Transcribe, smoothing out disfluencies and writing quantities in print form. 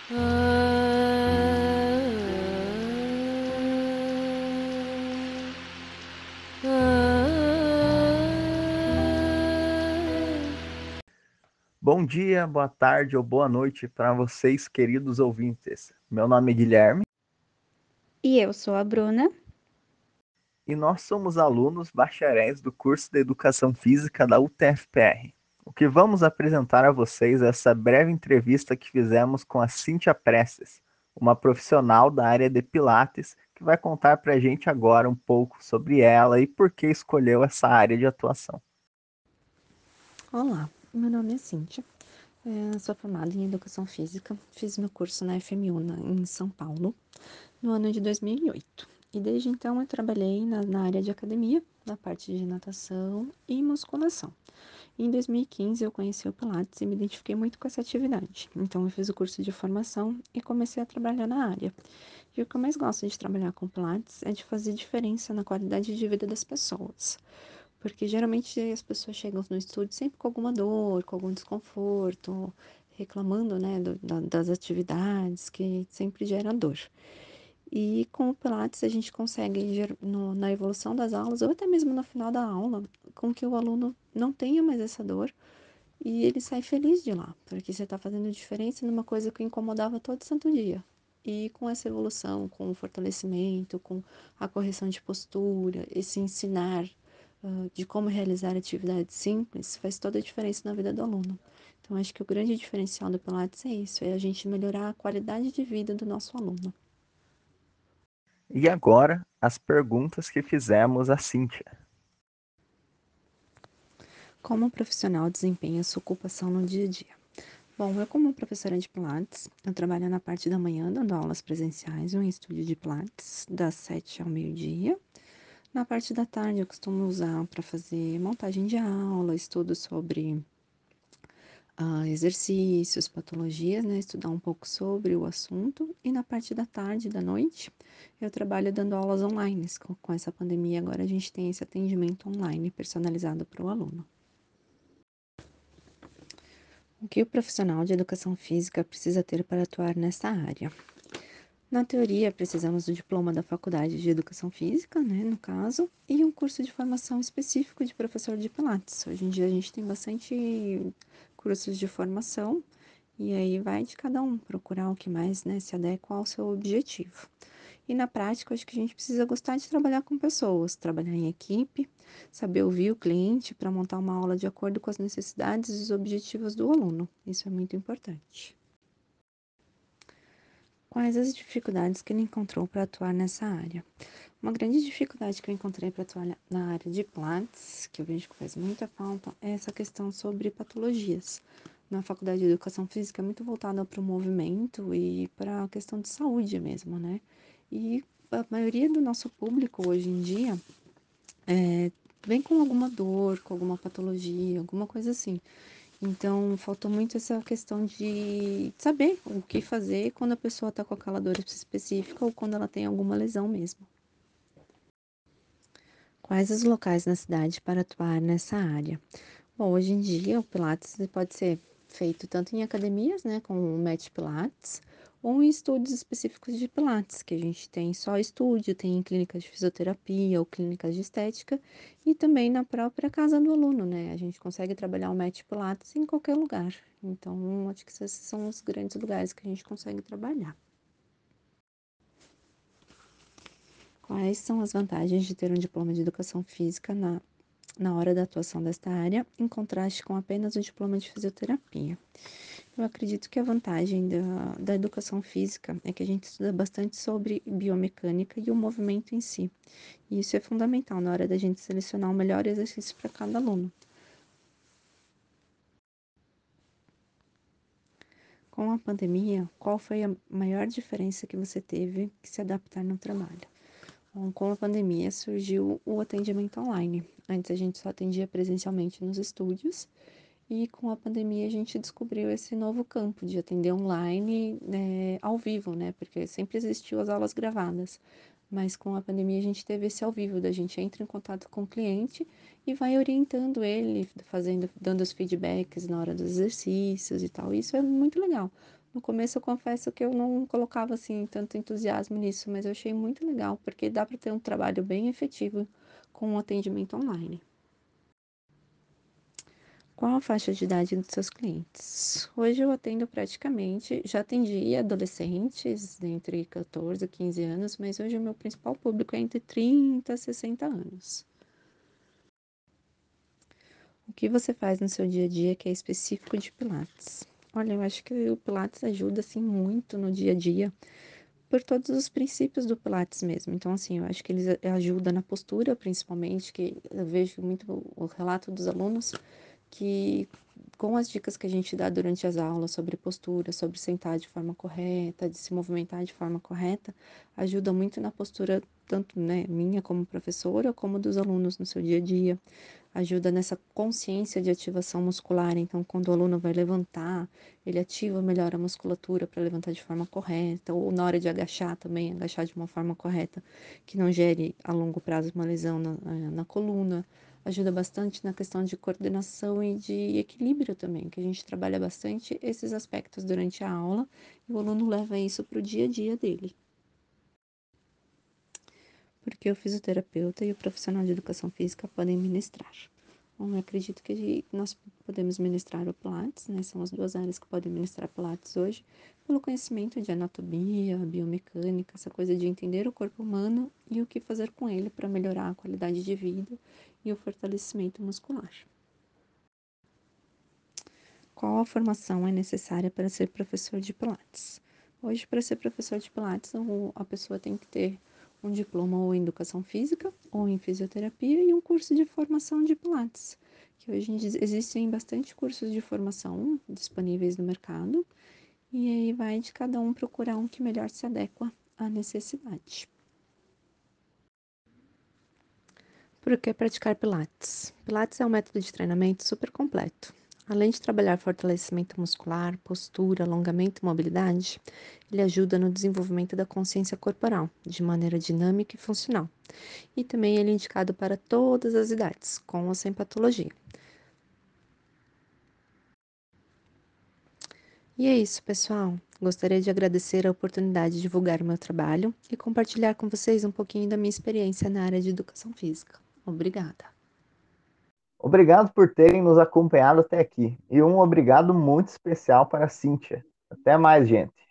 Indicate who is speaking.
Speaker 1: Bom dia, boa tarde ou boa noite para vocês, queridos ouvintes. Meu nome é Guilherme
Speaker 2: E eu sou a Bruna.
Speaker 1: e nós somos alunos bacharéis do curso de Educação Física da UTFPR. O que vamos apresentar a vocês é essa breve entrevista que fizemos com a Cíntia Prestes, uma profissional da área de Pilates, que vai contar para a gente agora um pouco sobre ela e por que escolheu essa área de atuação.
Speaker 2: Olá, meu nome é Cíntia. Sou formada em Educação Física. Fiz meu curso na FMU em São Paulo, no ano de 2008. E desde então eu trabalhei na área de academia, na parte de natação e musculação. Em 2015 eu conheci o Pilates e me identifiquei muito com essa atividade. Então eu fiz o curso de formação e comecei a trabalhar na área. E o que eu mais gosto de trabalhar com Pilates é de fazer diferença na qualidade de vida das pessoas. Porque geralmente as pessoas chegam no estúdio sempre com alguma dor, com algum desconforto, reclamando, né, das atividades, que sempre gera dor. E com o Pilates a gente consegue, na evolução das aulas, ou até mesmo no final da aula, com que o aluno não tenha mais essa dor e ele sai feliz de lá, porque você está fazendo diferença numa coisa que o incomodava todo santo dia. E com essa evolução, com o fortalecimento, com a correção de postura, esse ensinar de como realizar atividades simples, faz toda a diferença na vida do aluno. Então, acho que o grande diferencial do Pilates é isso, é a gente melhorar a qualidade de vida do nosso aluno.
Speaker 1: E agora, as perguntas que fizemos a Cíntia.
Speaker 2: Como o profissional desempenha sua ocupação no dia a dia? Bom, eu como professora de Pilates, eu trabalho na parte da manhã dando aulas presenciais em um estúdio de Pilates, das 7 ao meio-dia. Na parte da tarde eu costumo usar para fazer montagem de aula, estudo sobre exercícios, patologias, né? Estudar um pouco sobre o assunto. E na parte da tarde e da noite, eu trabalho dando aulas online. Com essa pandemia, agora a gente tem esse atendimento online personalizado para o aluno. O que o profissional de educação física precisa ter para atuar nessa área? Na teoria, precisamos do diploma da Faculdade de Educação Física, né, no caso, e um curso de formação específico de professor de Pilates. Hoje em dia a gente tem bastante cursos de formação e aí vai de cada um procurar o que mais, né, se adequa ao seu objetivo. E na prática, acho que a gente precisa gostar de trabalhar com pessoas, trabalhar em equipe, saber ouvir o cliente para montar uma aula de acordo com as necessidades e os objetivos do aluno. Isso é muito importante. Quais as dificuldades que ele encontrou para atuar nessa área? Uma grande dificuldade que eu encontrei para atuar na área de Pilates, que eu vejo que faz muita falta, é essa questão sobre patologias. Na faculdade de Educação Física é muito voltada para o movimento e para a questão de saúde mesmo, né? E a maioria do nosso público hoje em dia vem com alguma dor, com alguma patologia, alguma coisa assim. Então, faltou muito essa questão de saber o que fazer quando a pessoa está com aquela dor específica ou quando ela tem alguma lesão mesmo. Quais os locais na cidade para atuar nessa área? Bom, hoje em dia o Pilates pode ser feito tanto em academias, né, como o Met Pilates, ou em estúdios específicos de Pilates, que a gente tem só estúdio, tem clínicas de fisioterapia ou clínicas de estética, e também na própria casa do aluno, né? A gente consegue trabalhar o Met Pilates em qualquer lugar. Então, acho que esses são os grandes lugares que a gente consegue trabalhar. Quais são as vantagens de ter um diploma de educação física na hora da atuação desta área, em contraste com apenas o diploma de fisioterapia? Eu acredito que a vantagem da educação física é que a gente estuda bastante sobre biomecânica e o movimento em si. E isso é fundamental na hora da gente selecionar o melhor exercício para cada aluno. Com a pandemia, qual foi a maior diferença que você teve que se adaptar no trabalho? Bom, com a pandemia surgiu o atendimento online. Antes a gente só atendia presencialmente nos estúdios e com a pandemia a gente descobriu esse novo campo de atender online, né, ao vivo, né? Porque sempre existiu as aulas gravadas. Mas com a pandemia a gente teve esse ao vivo, da gente entra em contato com o cliente e vai orientando ele, dando os feedbacks na hora dos exercícios e tal. Isso é muito legal. No começo eu confesso que eu não colocava assim tanto entusiasmo nisso, mas eu achei muito legal, porque dá para ter um trabalho bem efetivo com o atendimento online. Qual a faixa de idade dos seus clientes? Hoje eu atendo praticamente, já atendi adolescentes entre 14 e 15 anos, mas hoje o meu principal público é entre 30 e 60 anos. O que você faz no seu dia a dia que é específico de Pilates? Olha, eu acho que o Pilates ajuda assim muito no dia a dia, por todos os princípios do Pilates mesmo. Então, assim, eu acho que ele ajuda na postura, principalmente, que eu vejo muito o relato dos alunos que com as dicas que a gente dá durante as aulas sobre postura, sobre sentar de forma correta, de se movimentar de forma correta, ajuda muito na postura tanto, né, minha como professora, como dos alunos no seu dia a dia. Ajuda nessa consciência de ativação muscular. Então, quando o aluno vai levantar, ele ativa melhor a musculatura para levantar de forma correta, ou na hora de agachar também, agachar de uma forma correta, que não gere a longo prazo uma lesão na coluna. Ajuda bastante na questão de coordenação e de equilíbrio também, que a gente trabalha bastante esses aspectos durante a aula e o aluno leva isso para o dia a dia dele. Porque o fisioterapeuta e o profissional de educação física podem ministrar. Bom, eu acredito que nós podemos ministrar o Pilates, né? São as duas áreas que podem ministrar Pilates hoje, pelo conhecimento de anatomia, biomecânica, essa coisa de entender o corpo humano e o que fazer com ele para melhorar a qualidade de vida e o fortalecimento muscular. Qual a formação é necessária para ser professor de Pilates? Hoje, para ser professor de Pilates, a pessoa tem que ter um diploma ou em educação física ou em fisioterapia e um curso de formação de Pilates, que hoje existem bastante cursos de formação disponíveis no mercado, e aí vai de cada um procurar um que melhor se adequa à necessidade. Por que praticar Pilates? Pilates é um método de treinamento super completo. Além de trabalhar fortalecimento muscular, postura, alongamento e mobilidade, ele ajuda no desenvolvimento da consciência corporal, de maneira dinâmica e funcional. E também ele é indicado para todas as idades, com ou sem patologia. E é isso, pessoal. Gostaria de agradecer a oportunidade de divulgar o meu trabalho e compartilhar com vocês um pouquinho da minha experiência na área de educação física. Obrigada.
Speaker 1: Obrigado por terem nos acompanhado até aqui e um obrigado muito especial para a Cíntia. Até mais, gente.